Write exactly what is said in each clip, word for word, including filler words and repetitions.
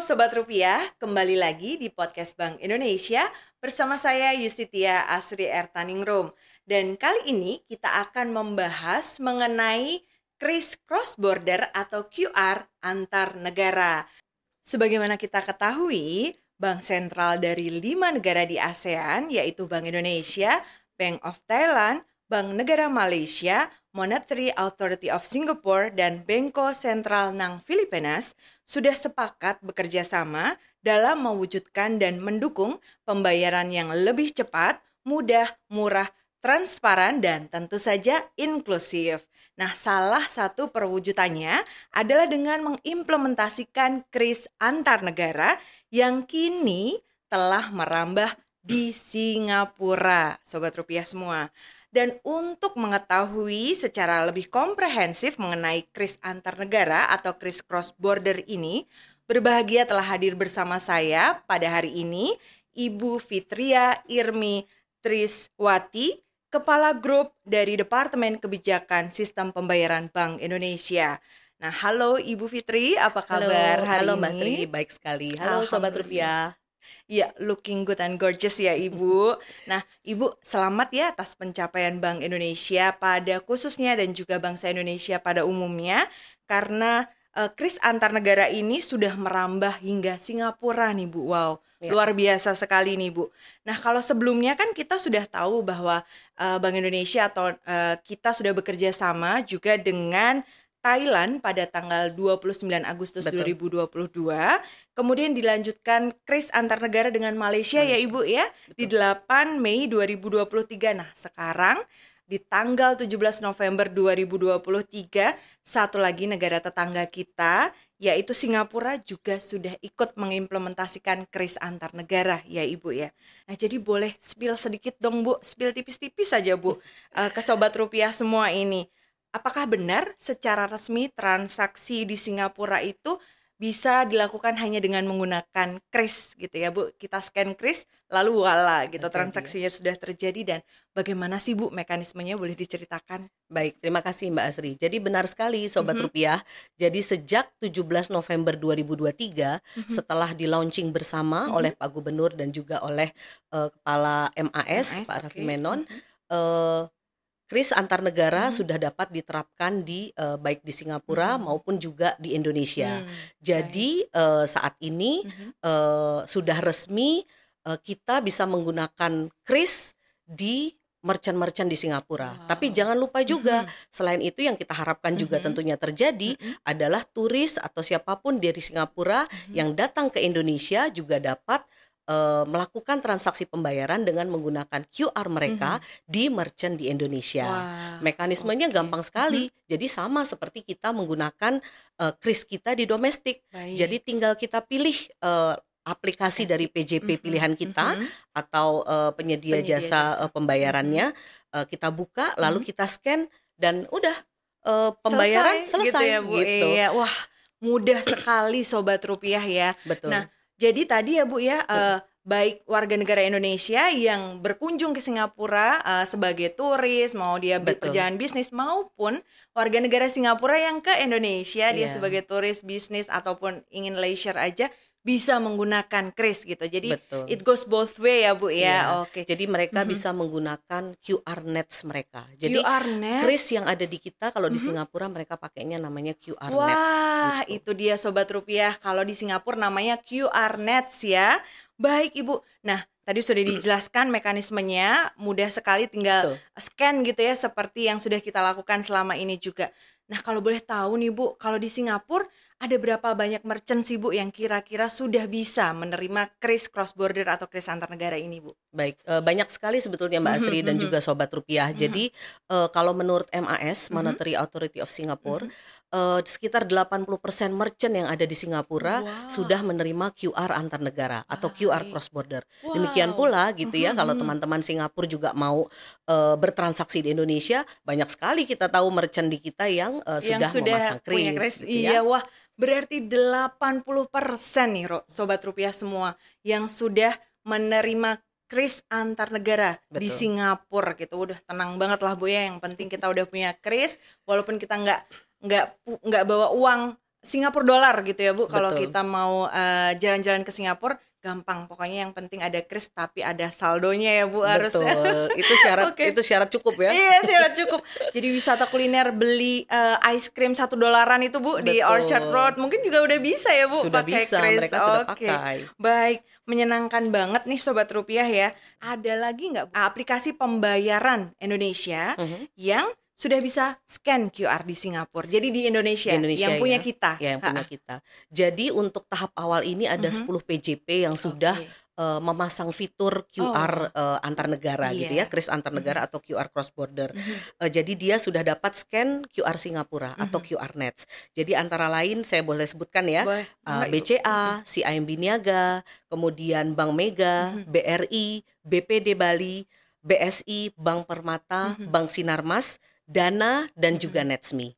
Sobat Rupiah, kembali lagi di podcast Bank Indonesia bersama saya Yustitia Asri Ertaningrum. Dan kali ini kita akan membahas mengenai kris cross border atau Q R antar negara. Sebagaimana kita ketahui, bank sentral dari lima negara di ASEAN yaitu Bank Indonesia, Bank of Thailand, Bank Negara Malaysia, Monetary Authority of Singapore, dan Bangko Sentral ng Filipinas sudah sepakat bekerja sama dalam mewujudkan dan mendukung pembayaran yang lebih cepat, mudah, murah, transparan, dan tentu saja inklusif. Nah, salah satu perwujudannya adalah dengan mengimplementasikan kris antar negara yang kini telah merambah di Singapura, Sobat Rupiah semua. Dan untuk mengetahui secara lebih komprehensif mengenai kris antar negara atau kris cross border ini, berbahagia telah hadir bersama saya pada hari ini Ibu Fitria Irmi Triswati, Kepala Grup dari Departemen Kebijakan Sistem Pembayaran Bank Indonesia. Nah, halo Ibu Fitri, apa kabar halo, hari halo, ini? Halo Mbak Sri, baik sekali. Halo Sobat Rupiah. Ya, looking good and gorgeous ya Ibu. Nah, Ibu selamat ya atas pencapaian Bank Indonesia pada khususnya dan juga bangsa Indonesia pada umumnya. Karena uh, kris antar negara ini sudah merambah hingga Singapura nih Bu. Wow, ya. Luar biasa sekali nih Bu. Nah, kalau sebelumnya kan kita sudah tahu bahwa uh, Bank Indonesia atau uh, kita sudah bekerja sama juga dengan Thailand pada tanggal dua puluh sembilan Agustus Betul. dua ribu dua puluh dua. Kemudian dilanjutkan kris antar negara dengan Malaysia, Malaysia. ya Ibu ya. Betul. Di delapan Mei dua ribu dua puluh tiga. Nah, sekarang di tanggal tujuh belas November dua ribu dua puluh tiga, satu lagi negara tetangga kita yaitu Singapura juga sudah ikut mengimplementasikan kris antar negara ya Ibu ya. Nah, jadi boleh spill sedikit dong Bu, spill tipis-tipis saja Bu uh, ke Sobat Rupiah semua ini. Apakah benar secara resmi transaksi di Singapura itu bisa dilakukan hanya dengan menggunakan kris gitu ya Bu? Kita scan kris lalu wala gitu, terjadi, transaksinya ya. Sudah terjadi. Dan bagaimana sih Bu mekanismenya, boleh diceritakan? Baik, terima kasih Mbak Asri. Jadi benar sekali Sobat mm-hmm. Rupiah. Jadi sejak tujuh belas November dua ribu dua puluh tiga mm-hmm. setelah di launching bersama mm-hmm. oleh Pak Gubernur dan juga oleh uh, Kepala M A S, M A S Pak Raffi okay. Menon, mm-hmm. uh, kris antar negara hmm. sudah dapat diterapkan di uh, baik di Singapura hmm. maupun juga di Indonesia. Hmm. Jadi uh, saat ini hmm. uh, sudah resmi uh, kita bisa menggunakan kris di merchant-merchant di Singapura. Wow. Tapi jangan lupa juga hmm. selain itu yang kita harapkan hmm. juga tentunya terjadi hmm. adalah turis atau siapapun dari Singapura hmm. yang datang ke Indonesia juga dapat Uh, melakukan transaksi pembayaran dengan menggunakan Q R mereka mm-hmm. di merchant di Indonesia. Wow. Mekanismenya okay. gampang sekali. Mm-hmm. Jadi sama seperti kita menggunakan uh, kris kita di domestik. Baik. Jadi tinggal kita pilih uh, aplikasi Kasih. dari P J P mm-hmm. pilihan kita mm-hmm. atau uh, penyedia, penyedia jasa, jasa. Uh, pembayarannya. Mm-hmm. Uh, kita buka lalu mm-hmm. kita scan dan udah uh, pembayaran selesai, selesai. Gitu ya Bu. Gitu. Iya. Wah, mudah sekali Sobat Rupiah ya. Betul. Nah, jadi tadi ya Bu ya, uh, baik warga negara Indonesia yang berkunjung ke Singapura uh, sebagai turis, mau dia berjalan bisnis, maupun warga negara Singapura yang ke Indonesia, yeah. dia sebagai turis, bisnis, ataupun ingin leisure aja, bisa menggunakan kris gitu. Jadi Betul. it goes both way ya Bu ya. Yeah. Oke. Okay. Jadi mereka mm-hmm. bisa menggunakan Q R nets mereka. Jadi Q R nets? Kris yang ada di kita kalau mm-hmm. di Singapura mereka pakainya namanya Q R Wah, nets. Wah, gitu. Itu dia Sobat Rupiah. Kalau di Singapura namanya Q R nets ya. Baik Ibu. Nah, tadi sudah dijelaskan mekanismenya, mudah sekali tinggal Tuh. scan gitu ya seperti yang sudah kita lakukan selama ini juga. Nah, kalau boleh tahu nih Bu, kalau di Singapura ada berapa banyak merchant sih Bu yang kira-kira sudah bisa menerima kris cross border atau kris antar negara ini Bu? Baik, uh, banyak sekali sebetulnya Mbak Asri mm-hmm. dan juga Sobat Rupiah. Mm-hmm. Jadi uh, kalau menurut M A S, mm-hmm. Monetary Authority of Singapore, mm-hmm. uh, sekitar delapan puluh persen merchant yang ada di Singapura wow. sudah menerima Q R antar negara atau Q R cross border. Wow. Demikian pula gitu ya, mm-hmm. kalau teman-teman Singapura juga mau uh, bertransaksi di Indonesia, banyak sekali kita tahu merchant di kita yang, uh, yang sudah, sudah memasang kris. Gitu iya, ya. Wah. Berarti delapan puluh persen nih Sobat Rupiah semua yang sudah menerima kris antar negara Betul. di Singapura gitu. Udah tenang banget lah Bu ya, yang penting kita udah punya kris, walaupun kita nggak nggak nggak bawa uang Singapura dolar gitu ya Bu. Kalau Betul. kita mau uh, jalan-jalan ke Singapura gampang. Pokoknya yang penting ada kris tapi ada saldonya ya Bu harusnya. Betul. Itu syarat Oke. itu syarat cukup ya. Iya syarat cukup. Jadi wisata kuliner beli uh, ice cream satu dolaran itu Bu di Betul. Orchard Road mungkin juga udah bisa ya Bu Sudah pakai bisa, kris. mereka sudah Oke. pakai. Baik, menyenangkan banget nih Sobat Rupiah ya. Ada lagi nggak aplikasi pembayaran Indonesia Mhm. yang sudah bisa scan Q R di Singapura. Jadi di Indonesia, Di Indonesia yang punya ya. kita. Ya, yang punya kita. Jadi untuk tahap awal ini ada Mhm. sepuluh P J P yang sudah Oke. uh, memasang fitur Q R Oh. uh, antar negara gitu Iya. ya, kris antar negara atau Q R cross border. Mhm. Uh, jadi dia sudah dapat scan Q R Singapura atau Mhm. Q R Nets. Jadi antara lain saya boleh sebutkan ya, Boleh. uh, Enggak, B Ibu. C A, C I M B Niaga, kemudian Bank Mega, Mhm. B R I, B P D Bali, B S I, Bank Permata, Mhm. Bank Sinarmas, Dana, dan Mhm. juga Netsme.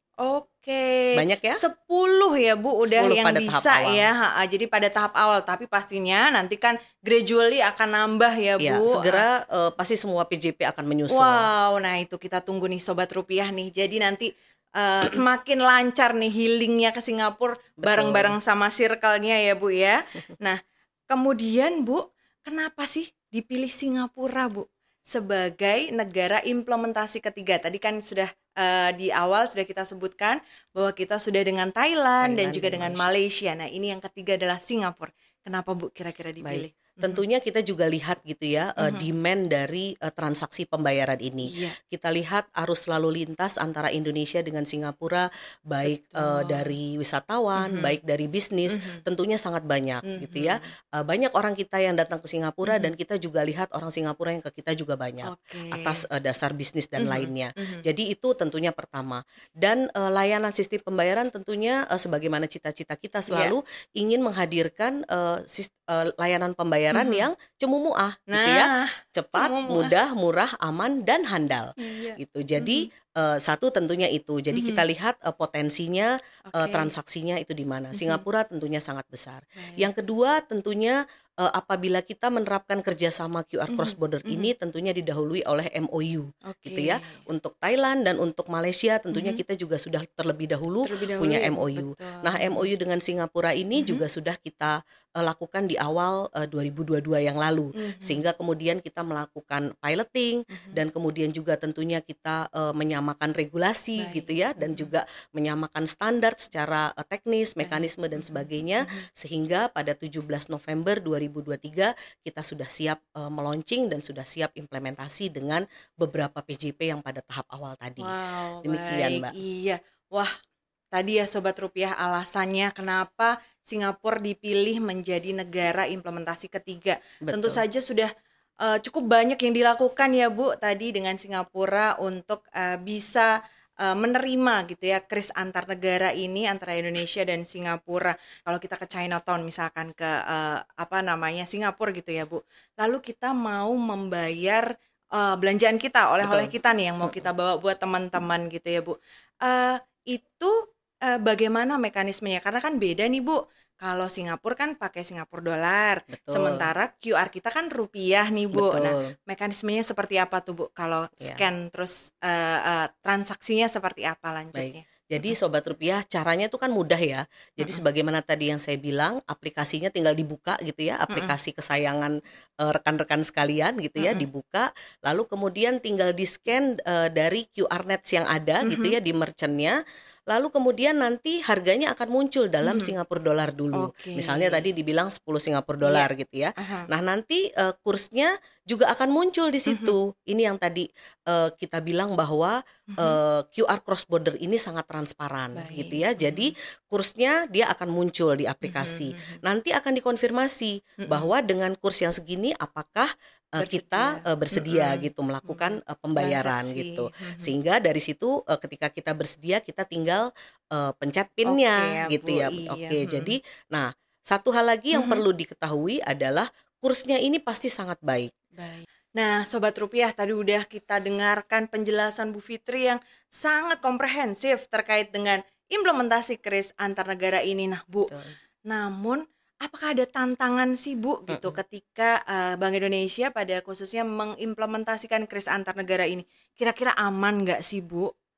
Oke. Banyak ya? sepuluh ya Bu udah sepuluh yang pada tahap bisa awal. ya. Ha-ha. Jadi pada tahap awal, tapi pastinya nanti kan gradually akan nambah ya Ya, Bu. segera uh, pasti semua P J P akan menyusul. Wow, nah itu kita tunggu nih Sobat Rupiah nih. Jadi nanti uh, semakin lancar nih healingnya ke Singapura Betul. bareng-bareng sama circle-nya ya Bu ya. Nah, kemudian Bu, kenapa sih dipilih Singapura Bu sebagai negara implementasi ketiga? Tadi kan sudah uh, di awal sudah kita sebutkan bahwa kita sudah dengan Thailand, dan Thailand juga dan dengan Malaysia. Nah, ini yang ketiga adalah Singapura. Kenapa Bu kira-kira dipilih? Baik. Tentunya kita juga lihat gitu ya, uh, Mhm. demand dari uh, transaksi pembayaran ini. Iya. Kita lihat arus lalu lintas antara Indonesia dengan Singapura, baik uh, Betul. dari wisatawan, Mhm. baik dari bisnis, Mhm. tentunya sangat banyak gitu ya. Mhm. Uh, banyak orang kita yang datang ke Singapura, Mhm. dan kita juga lihat orang Singapura yang ke kita juga banyak Oke. atas uh, dasar bisnis dan Mhm. lainnya. Mhm. Jadi itu tentunya pertama. Dan uh, layanan sistem pembayaran tentunya uh, sebagaimana cita-cita kita selalu ingin menghadirkan uh, sis- uh, layanan pembayaran Mhm. yang cemumuah gitu ya, Nah, cepat, cemumuah. mudah, murah, aman, dan handal Iya. gitu. Jadi Mhm. uh, satu tentunya itu. Jadi Mhm. kita lihat uh, potensinya, uh, Oke. transaksinya itu di mana. Mhm. Singapura tentunya sangat besar. Baik. Yang kedua tentunya uh, apabila kita menerapkan kerjasama Q R cross Mhm. border Mhm. ini tentunya didahului oleh M O U Oke. gitu ya. Untuk Thailand dan untuk Malaysia tentunya Mhm. kita juga sudah terlebih dahulu Terlebih dahulu punya ya, M O Bu. U. Betul. Nah, M O U dengan Singapura ini Mhm. juga sudah kita uh, lakukan di awal uh, dua ribu dua puluh dua yang lalu. Mhm. Sehingga kemudian kita melakukan piloting, Mhm. dan kemudian juga tentunya kita uh, menyamakan regulasi Baik. gitu ya, dan Mhm. juga menyamakan standar secara uh, teknis, Baik. mekanisme dan Mhm. sebagainya, Mhm. sehingga pada tujuh belas November dua ribu dua puluh tiga kita sudah siap uh, meluncing dan sudah siap implementasi dengan beberapa P J P yang pada tahap awal tadi. Wow, Demikian, baik. Mbak. Iya. Wah, tadi ya Sobat Rupiah alasannya kenapa Singapura dipilih menjadi negara implementasi ketiga. Tentu Betul. saja sudah uh, cukup banyak yang dilakukan ya Bu tadi dengan Singapura untuk uh, bisa uh, menerima gitu ya kris antar negara ini antara Indonesia dan Singapura. Kalau kita ke Chinatown misalkan ke uh, apa namanya Singapura gitu ya Bu. Lalu kita mau membayar uh, belanjaan kita, oleh-oleh Betul. kita nih yang mau kita bawa buat teman-teman gitu ya Bu. Uh, itu uh, bagaimana mekanismenya? Karena kan beda nih Bu. Kalau Singapura kan pakai Singapura dolar, Betul. sementara Q R kita kan rupiah nih Bu. Nah, Betul. mekanismenya seperti apa tuh Bu? Kalau Ya. scan terus uh, uh, transaksinya seperti apa lanjutnya? Baik. Jadi Sobat Rupiah caranya itu kan mudah ya. Jadi Mm-mm. sebagaimana tadi yang saya bilang, aplikasinya tinggal dibuka gitu ya, aplikasi kesayangan uh, rekan-rekan sekalian gitu ya, Mm-mm. dibuka, lalu kemudian tinggal di-scan uh, dari Q R Nets yang ada gitu Mhm. ya di merchant-nya. Lalu kemudian nanti harganya akan muncul dalam Mhm. Singapura dolar dulu. Oke. Misalnya tadi dibilang sepuluh Singapura Iya. dolar gitu ya. Aha. Nah, nanti uh, kursnya juga akan muncul di Mhm. situ. Ini yang tadi uh, kita bilang bahwa Mhm. uh, Q R cross border ini sangat transparan Baik. gitu ya. Mhm. Jadi kursnya dia akan muncul di Mhm. aplikasi. Mhm. Nanti akan dikonfirmasi Mhm. bahwa dengan kurs yang segini apakah uh, kita Bersedia. uh, bersedia Mhm. gitu melakukan Mhm. uh, pembayaran Transaksi. gitu. Mhm. Sehingga dari situ uh, ketika kita bersedia kita tinggal uh, pencet Oke PIN-nya ya gitu Bu. ya. Iya. Oke, Mhm. jadi nah satu hal lagi yang Mhm. perlu diketahui adalah kursnya ini pasti sangat baik. Baik. Nah, Sobat Rupiah, tadi udah kita dengarkan penjelasan Bu Fitri yang sangat komprehensif terkait dengan implementasi kris antar negara ini. Nah, Bu, Betul. namun apakah ada tantangan sih Bu gitu Mm-mm. ketika uh, Bank Indonesia pada khususnya mengimplementasikan kris antar negara ini? Kira-kira aman nggak sih Bu?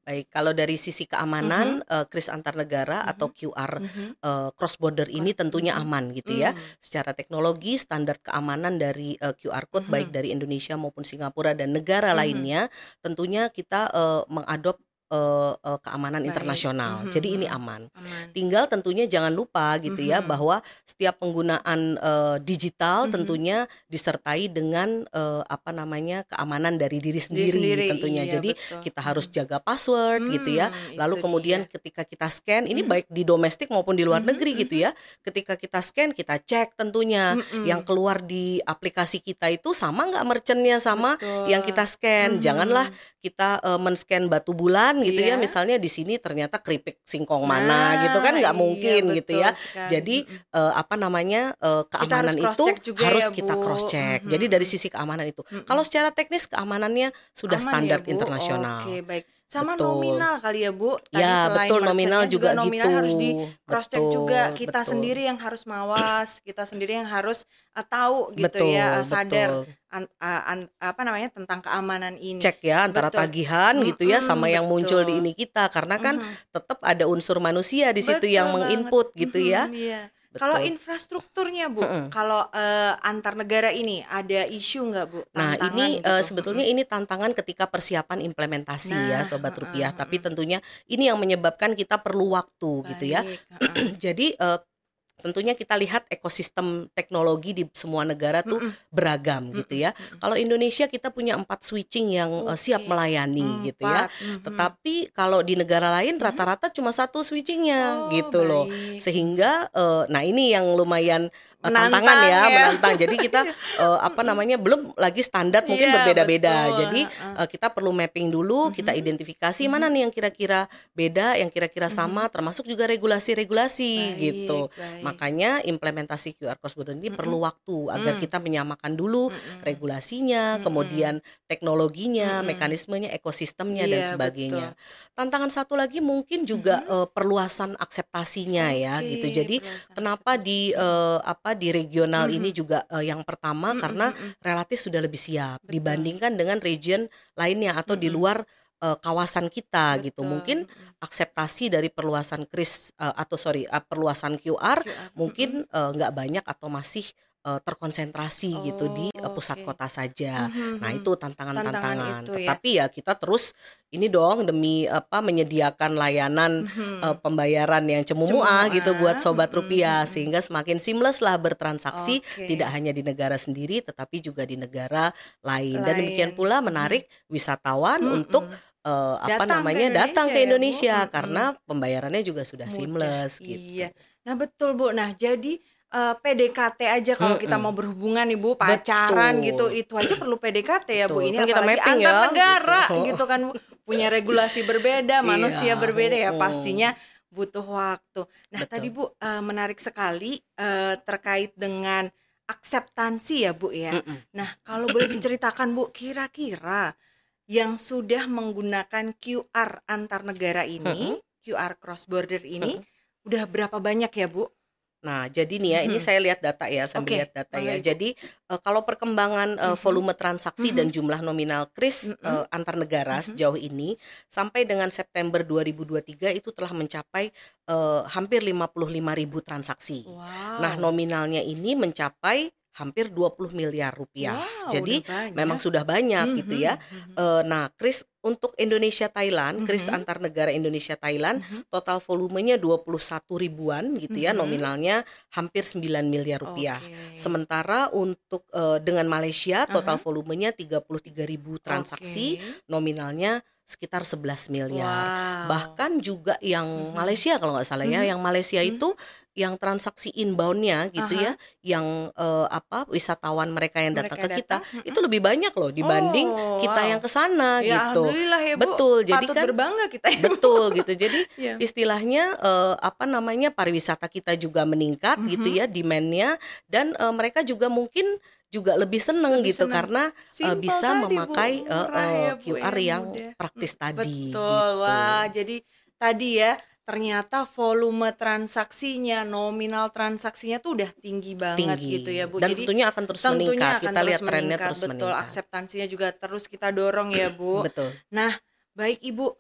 Baik, kalau dari sisi keamanan, Mhm. eee, kris antar negara Mhm. atau Q R, Mhm. eee, cross border ini Kor tentunya mhm. aman gitu ya. Mmm. Secara teknologi, standar keamanan dari, eee, Q R code baik Mhm. dari Indonesia maupun Singapura dan negara Mhm. lainnya, tentunya kita, eee, mengadop, eee eee, keamanan Baik. internasional. Mhm Jadi ini mhm. aman. Aman. Tinggal tentunya jangan lupa gitu ya Mhm. bahwa setiap penggunaan, eee, digital Mhm. tentunya disertai dengan, eee, apa namanya, keamanan dari diri Diri sendiri sendiri, tentunya. iya Jadi betul. kita harus Mhm. jaga password gitu ya. Mmm, Lalu itu kemudian dia. ketika kita scan, ini Mhm. baik di domestik maupun di luar Mhm negeri gitu mhm. ya. Ketika kita scan, kita cek tentunya yang Mhm. keluar di aplikasi kita itu sama nggak merchant-nya sama yang kita Betul. scan. Janganlah Mhm. kita, eee, men-scan batu bulan gitu ya, Iya. misalnya di sini ternyata keripik singkong mana gitu kan Nah, nggak iya mungkin gitu betul ya. sekali. Jadi, Mhm. eee, apa namanya, eee, Kita harus keamanan cross itu check juga harus ya, kita cross Bu. check. Jadi dari Mhm. sisi keamanan itu. Kalau Mhm. secara teknis keamanannya sudah Aman ya, standar Bu? internasional. Oke, baik. Sama Betul. nominal kali ya, Bu? Tadi Ya selain betul, nominal merchant-nya juga juga nominal gitu. harus di cross check juga. Betul Kita betul. sendiri yang harus mawas, kita sendiri yang harus, eee, tahu gitu ya, eee, Betul sadar betul. an eee, an apa namanya, tentang keamanan ini. Cek ya antara Betul. tagihan gitu ya sama Mhm, yang muncul di betul. ini kita, karena kan Mhm. tetap ada unsur manusia di situ yang Betul banget. meng-input gitu ya. Mhm, iya. Kalau Betul. infrastrukturnya, Bu, Mhm. kalau, eee, antar negara ini ada isu nggak, Bu? Nah Tantangan ini, eee, gitu? sebetulnya Mhm. ini tantangan ketika persiapan implementasi ya Nah, Sobat heeh Rupiah, tapi heeh. tentunya ini yang menyebabkan kita perlu waktu gitu ya. Baik, heeh. Jadi, eee, tentunya kita lihat ekosistem teknologi di semua negara tuh Mhm. beragam gitu Mhm ya. mhm. Kalau Indonesia kita punya empat switching yang, eee, siap Oke, melayani gitu ya. empat, mhm. Tetapi kalau di negara lain Mhm. rata-rata cuma satu switching-nya Oh, gitu loh. baik. Mhm. Sehingga, eee, nah ini yang lumayan, eee, tantangan Menantang ya, ya. menantang. Jadi kita, Iya. eee, apa Mhm. namanya, belum lagi standar mungkin Iya, berbeda-beda. betul, Jadi, heeh. eee, kita perlu mapping dulu, kita Mhm. identifikasi mana Mhm. nih yang kira-kira beda, yang kira-kira Mhm. sama, termasuk juga regulasi-regulasi gitu. Baik baik. Makanya implementasi Q R cross border ini Mhm. perlu waktu agar Mmm. kita menyamakan dulu Mhm. regulasinya, Mhm. kemudian teknologinya, Mhm. mekanismenya, ekosistemnya dan Iya, sebagainya. betul. Tantangan satu lagi mungkin juga, Mhm. eee, perluasan akseptasinya ya gitu. Oke, Jadi perluasan kenapa akseptasi. di, Mhm. eee, apa, di regional ini Mhm. juga, eee, yang pertama Mhm karena mhm. relatif sudah lebih siap Betul. dibandingkan dengan region lainnya atau di Mhm. luar, eee, kawasan kita gitu. Betul, Mungkin mhm. akseptasi dari perluasan kris, eee, atau sorry, eee, perluasan Q R Q R, mhm. mungkin, eee, nggak banyak atau masih, eee, terkonsentrasi gitu di, Oh, eee, pusat oke. kota saja. Mhm Nah mhm. itu Tantangan tantangan-tantangan. itu ya. Tetapi ya kita terus ini dong demi apa, menyediakan layanan, eee, Mhm. pembayaran yang cemumuah gitu buat Cemuah, Sobat mhm Rupiah, mhm. sehingga semakin seamless-lah bertransaksi, tidak Oke. hanya di negara sendiri tetapi juga di negara lain. Dan demikian Lain, pula mhm. menarik wisatawan untuk, Mhm. eee, apa Datang ke namanya, datang Indonesia ke ya, Bu? Indonesia Mhm. karena pembayarannya juga sudah Mudah, seamless gitu. iya. Nah betul, Bu. Nah jadi, eee, P D K T aja kalau kita mau Mhm. berhubungan nih, Bu, pacaran gitu, Betul. itu aja perlu P D K T ya, Bu. Betul, Ini kan kita apalagi mapping antar ya gitu, negara heeh. gitu kan, Bu. Punya regulasi berbeda, Iya, manusia berbeda ya, pastinya mhm. butuh waktu. Nah tadi, Betul. Bu, eee, menarik sekali, eee, terkait dengan akseptansi ya, Bu, ya. Mhm. Nah kalau boleh diceritakan, Bu, kira-kira yang sudah menggunakan Q R antar negara Mhm. ini, Q R cross border ini, Mhm. udah berapa banyak ya, Bu? Nah, jadi nih ya, ini Mhm. saya lihat data ya, sambil lihat Oke, data mangga ya. Ibu. Jadi, eee, kalau perkembangan, eee, Mhm. volume transaksi dan Mhm. jumlah nominal kris, Mhm. eee, antar negara Mhm. sejauh ini, sampai dengan September dua ribu dua tiga itu telah mencapai, eee, hampir lima puluh lima ribu transaksi. Nah, Wow. nominalnya ini mencapai hampir dua puluh miliar rupiah. Wow, udah Jadi memang banyak. sudah banyak gitu ya. Mhm mhm. Eee, nah, kris untuk Indonesia Thailand, kris Mhm. antar negara Indonesia Thailand, Mhm. total volumenya dua puluh satu ribuan gitu ya, Mhm. nominalnya hampir sembilan miliar rupiah. Oke. Sementara untuk, eee, dengan Malaysia Ah total hah. volumenya tiga puluh tiga ribu transaksi, Oke. nominalnya sekitar sebelas miliar. Wow. Bahkan juga yang Mhm. Malaysia kalau nggak salah ya, Mhm. yang Malaysia Mhm. itu yang transaksi inbound-nya Ah gitu ya, hah. yang, eee, apa, wisatawan mereka yang datang Mereka ke kita, datang, itu mhm. lebih banyak loh dibanding Oh, kita yang wow. ke sana Ya gitu. alhamdulillah ya, Bu, Betul, jadi patut kan berbangga kita ya, Bu. betul gitu. Jadi Iya. istilahnya, eee, apa namanya, pariwisata kita juga meningkat gitu Mhm. ya, demand-nya dan, eee, mereka juga mungkin juga lebih seneng Lebih gitu senang. karena, eee, Simpel bisa tadi, Bu, memakai, murah heeh, ya, Bu, Q R ya, yang mudah. Mmm, praktis tadi betul. Wah, gitu. jadi tadi ya, ternyata volume transaksinya, nominal transaksinya tuh udah tinggi banget gitu ya, Tinggi, Bu. dan Jadi tentunya akan terus meningkat, tentunya akan kita terus lihat trennya meningkat, terus betul, meningkat. akseptansinya juga terus kita dorong ya, Bu. Betul. Nah, baik Ibu,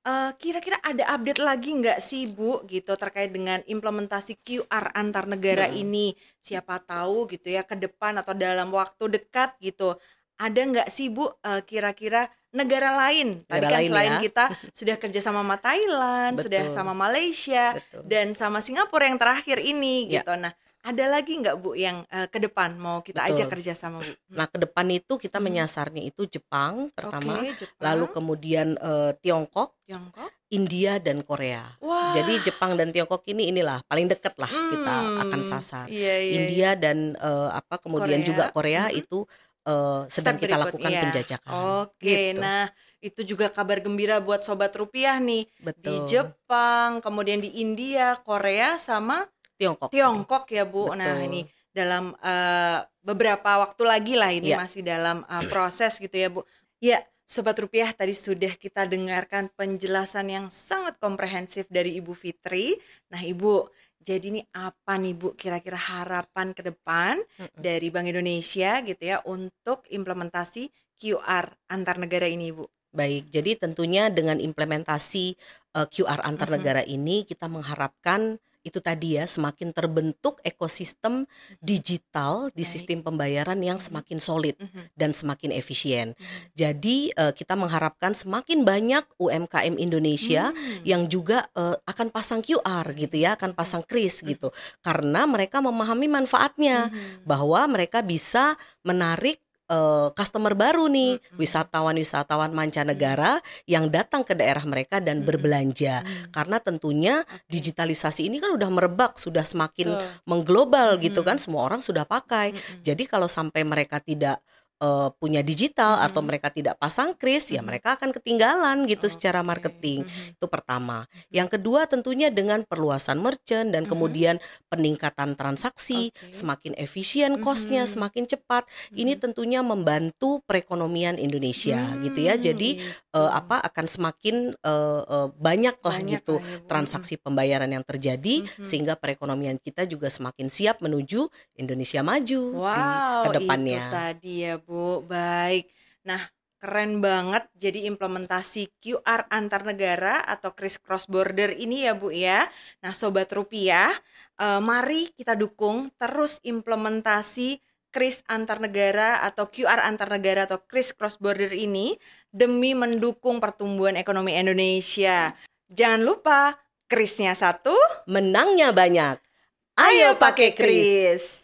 Eee, kira-kira ada update lagi nggak sih Bu gitu terkait dengan implementasi Q R antar negara Mhm. ini? Siapa tahu gitu ya ke depan atau dalam waktu dekat gitu, ada nggak sih Bu, eee, kira-kira negara lain, tadi Negara kan lain selain ya. kita sudah kerja sama sama Thailand, sudah Betul, sama Malaysia, betul. dan sama Singapura yang terakhir ini Ya, gitu. Nah, ada lagi nggak Bu yang, eee, ke depan mau kita ajak betul. kerja sama Bu? Mhm. Nah, ke depan itu kita Mhm. menyasarnya itu Jepang pertama, Oke, lalu Jepang, kemudian, eee, Tiongkok, Tiongkok. India, dan Korea. Wah, Jadi Jepang dan Tiongkok ini inilah paling deket lah kita akan mmm, sasar. iya iya iya. India dan, eee, apa, kemudian juga Korea, Korea mhm, itu, eee, sedang step kita berikutnya lakukan ya. penjajakan, Oke, gitu. nah itu juga kabar gembira buat sobat rupiah nih. Di Betul, Jepang, kemudian di India, Korea, sama Tiongkok tadi, Tiongkok ya Bu. Nah ini betul. dalam, eee, beberapa waktu lagi lah ini Iya, masih dalam, eee, proses gitu ya Bu. Ya, sobat rupiah tadi sudah kita dengarkan penjelasan yang sangat komprehensif dari Ibu Fitri. Nah Ibu, jadi nih apa nih Bu kira-kira harapan ke depan mhm. dari Bank Indonesia gitu ya untuk implementasi Q R antar negara ini Bu? Baik, jadi tentunya dengan implementasi, eee, Q R antar Mhm, negara ini kita mengharapkan itu tadi ya, semakin terbentuk ekosistem mhm, digital di baik, sistem pembayaran yang mhm, semakin solid mhm, dan semakin efisien. mhm. Jadi, eee, kita mengharapkan semakin banyak U M K M Indonesia Mmm, yang juga, eee, akan pasang Q R gitu baik, ya, akan mhm, pasang kris mhm, gitu. Karena mereka memahami manfaatnya, mhm, bahwa mereka bisa menarik, eee, customer baru nih, mhm, wisatawan-wisatawan mhm, mancanegara yang datang ke daerah mereka dan mhm, berbelanja. mmm, Karena tentunya oke, digitalisasi ini kan udah merebak, sudah semakin betul, mengglobal gitu kan, mhm, semua orang sudah pakai. mhm, Jadi kalau sampai mereka tidak, eee, punya digital atau mhm, mereka tidak pasang kris, ya mhm, mereka akan ketinggalan gitu secara oke, marketing. mhm, Itu pertama. mhm, Yang kedua tentunya dengan perluasan merchant dan mhm, kemudian peningkatan transaksi, oke, semakin efisien cost-nya, mhm, semakin cepat. Ini mhm, tentunya membantu perekonomian Indonesia gitu ya. mmm, Jadi, itu, eee, apa, akan semakin, eee eee, banyaklah banyak gitu lah ya Bu, mhm, transaksi pembayaran yang terjadi mhm. sehingga perekonomian kita juga semakin siap menuju Indonesia maju di ke Wow, itu depannya. tadi ya Bu, baik. Nah, keren banget jadi implementasi Q R antar negara atau kris cross border ini ya Bu ya. Nah, Sobat Rupiah, eh, mari kita dukung terus implementasi kris antar negara atau Q R antar negara atau kris cross border ini demi mendukung pertumbuhan ekonomi Indonesia. Jangan lupa, krisnya satu, Menangnya banyak. ayo Ayo pakai pakai kris. kris.